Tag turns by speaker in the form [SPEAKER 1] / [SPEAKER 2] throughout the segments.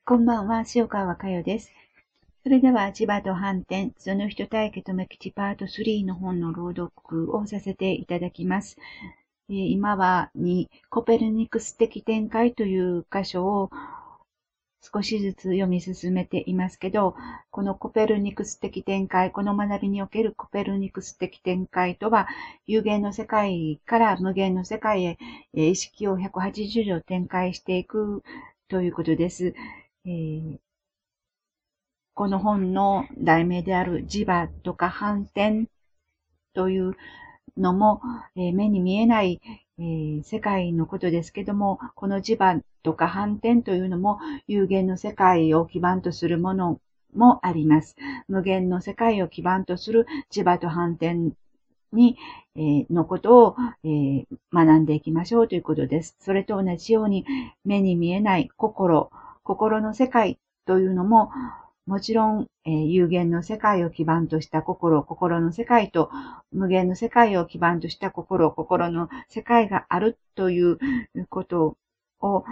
[SPEAKER 1] こんばんは、塩川佳代です。それでは、磁場と反転、その人対決め吉パート3の本の朗読をさせていただきます。今はコペルニクス的展開という箇所を少しずつ読み進めていますけど、このコペルニクス的展開、この学びにおけるコペルニクス的展開とは、有限の世界から無限の世界へ意識を180度展開していくということです。この本の題名である磁場とか反転というのも、目に見えない、世界のことですけども、この磁場とか反転というのも有限の世界を基盤とするものもあります。無限の世界を基盤とする磁場と反転のことを、学んでいきましょうということです。それと同じように目に見えない心の世界というのももちろん、有限の世界を基盤とした心の世界と無限の世界を基盤とした心の世界があるということを、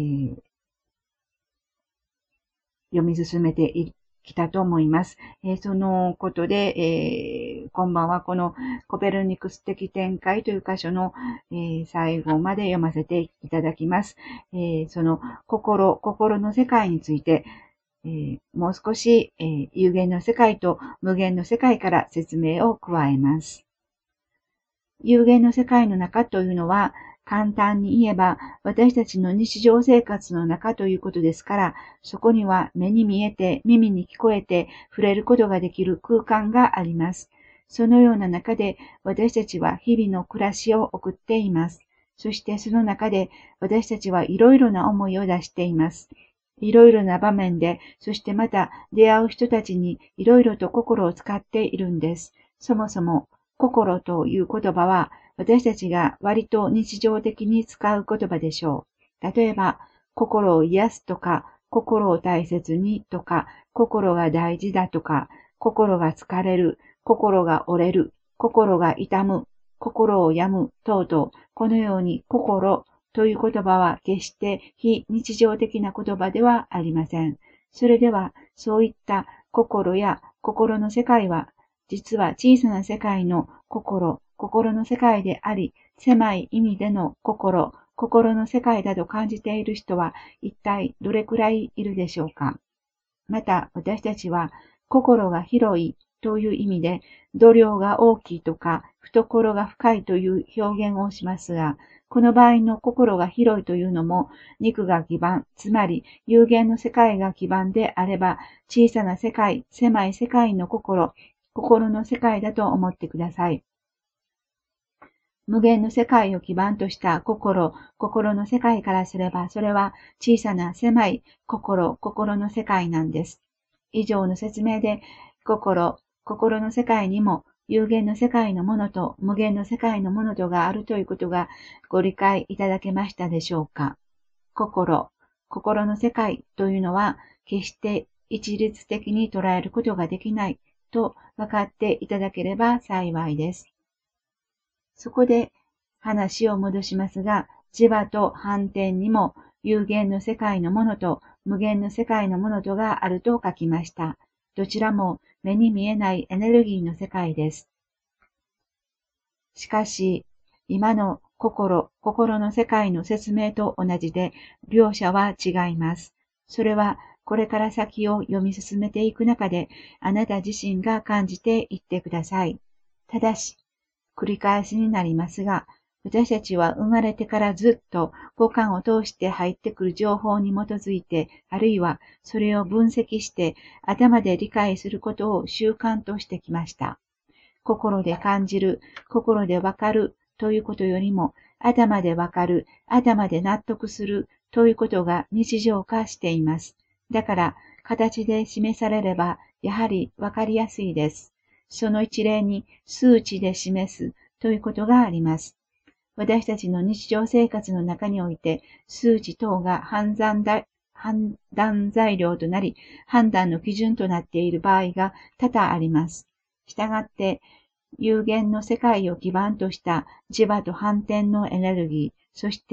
[SPEAKER 1] 読み進めてきたと思います。そのことで、今晩はこのコペルニクス的展開という箇所の、最後まで読ませていただきます。その心の世界について、もう少し、有限の世界と無限の世界から説明を加えます。有限の世界の中というのは、簡単に言えば私たちの日常生活の中ということですから、そこには目に見えて耳に聞こえて触れることができる空間があります。そのような中で私たちは日々の暮らしを送っています。そしてその中で私たちはいろいろな思いを出しています。いろいろな場面で、そしてまた出会う人たちにいろいろと心を使っているんです。そもそも心という言葉は私たちが割と日常的に使う言葉でしょう。例えば、心を癒すとか、心を大切にとか、心が大事だとか、心が疲れる、心が折れる、心が痛む、心を病む等々、このように心という言葉は決して非日常的な言葉ではありません。それでは、そういった心や心の世界は、実は小さな世界の心の世界であり、狭い意味での心の世界だと感じている人は一体どれくらいいるでしょうか。また、私たちは心が広いという意味で、度量が大きいとか、懐が深いという表現をしますが、この場合の心が広いというのも、肉が基盤、つまり有限の世界が基盤であれば、小さな世界、狭い世界の心の世界だと思ってください。無限の世界を基盤とした心の世界からすれば、それは小さな狭い心の世界なんです。以上の説明で、心の世界にも有限の世界のものと無限の世界のものとがあるということがご理解いただけましたでしょうか。心の世界というのは決して一律的に捉えることができないと分かっていただければ幸いです。そこで話を戻しますが、磁場と反転にも有限の世界のものと無限の世界のものとがあると書きました。どちらも目に見えないエネルギーの世界です。しかし、今の心の世界の説明と同じで、両者は違います。それは、これから先を読み進めていく中で、あなた自身が感じていってください。ただし、繰り返しになりますが、私たちは生まれてからずっと五感を通して入ってくる情報に基づいて、あるいはそれを分析して頭で理解することを習慣としてきました。心で感じる、心でわかるということよりも、頭でわかる、頭で納得するということが日常化しています。だから、形で示されれば、やはりわかりやすいです。その一例に数値で示すということがあります。私たちの日常生活の中において、数値等が判断材料となり、判断の基準となっている場合が多々あります。したがって、有限の世界を基盤とした磁場と反転のエネルギー、そして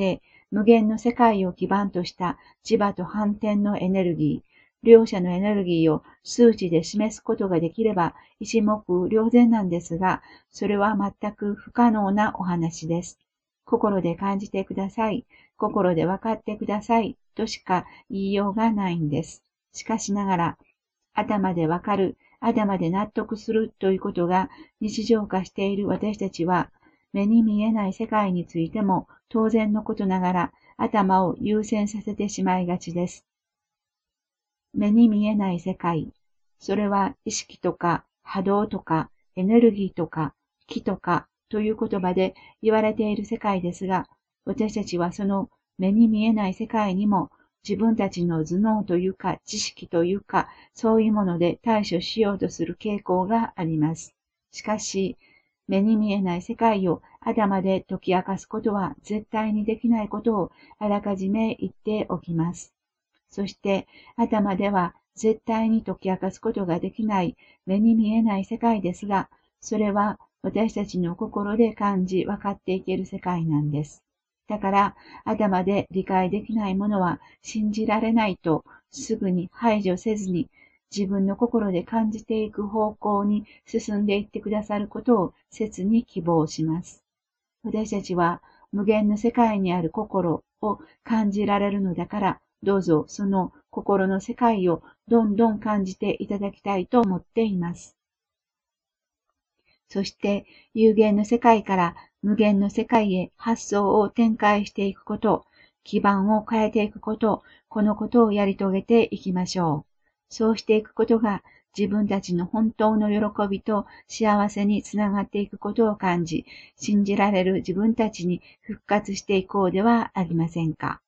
[SPEAKER 1] 無限の世界を基盤とした磁場と反転のエネルギー、両者のエネルギーを数値で示すことができれば一目瞭然なんですが、それは全く不可能なお話です。心で感じてください。心で分かってください。としか言いようがないんです。しかしながら、頭で分かる、頭で納得するということが日常化している私たちは、目に見えない世界についても当然のことながら頭を優先させてしまいがちです。目に見えない世界、それは意識とか波動とかエネルギーとか気とかという言葉で言われている世界ですが、私たちはその目に見えない世界にも自分たちの頭脳というか知識というかそういうもので対処しようとする傾向があります。しかし、目に見えない世界を頭で解き明かすことは絶対にできないことをあらかじめ言っておきます。そして頭では絶対に解き明かすことができない目に見えない世界ですが、それは私たちの心で感じ分かっていける世界なんです。だから頭で理解できないものは信じられないとすぐに排除せずに自分の心で感じていく方向に進んでいってくださることを切に希望します。私たちは無限の世界にある心を感じられるのだから、どうぞその心の世界をどんどん感じていただきたいと思っています。そして有限の世界から無限の世界へ発想を展開していくこと、基盤を変えていくこと、このことをやり遂げていきましょう。そうしていくことが自分たちの本当の喜びと幸せにつながっていくことを感じ、信じられる自分たちに復活していこうではありませんか。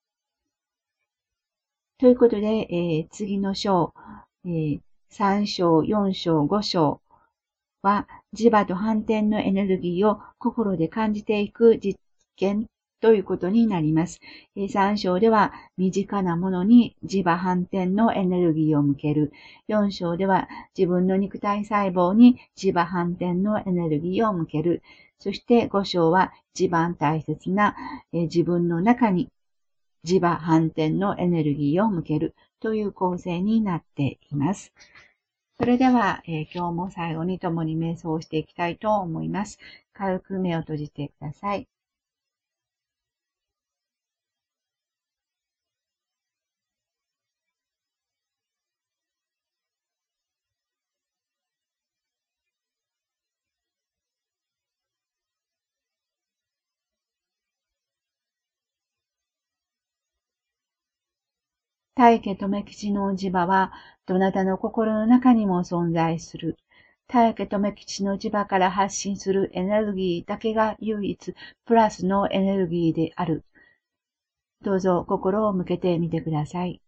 [SPEAKER 1] ということで、次の章、3章、4章、5章は磁場と反転のエネルギーを心で感じていく実験ということになります。3章では身近なものに磁場反転のエネルギーを向ける。4章では自分の肉体細胞に磁場反転のエネルギーを向ける。そして5章は一番大切な自分の中に磁場反転のエネルギーを向けるという構成になっています。それでは、今日も最後に共に瞑想をしていきたいと思います。軽く目を閉じてください。大家留吉の磁場は、どなたの心の中にも存在する。大家留吉の磁場から発信するエネルギーだけが唯一プラスのエネルギーである。どうぞ心を向けてみてください。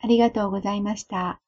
[SPEAKER 1] ありがとうございました。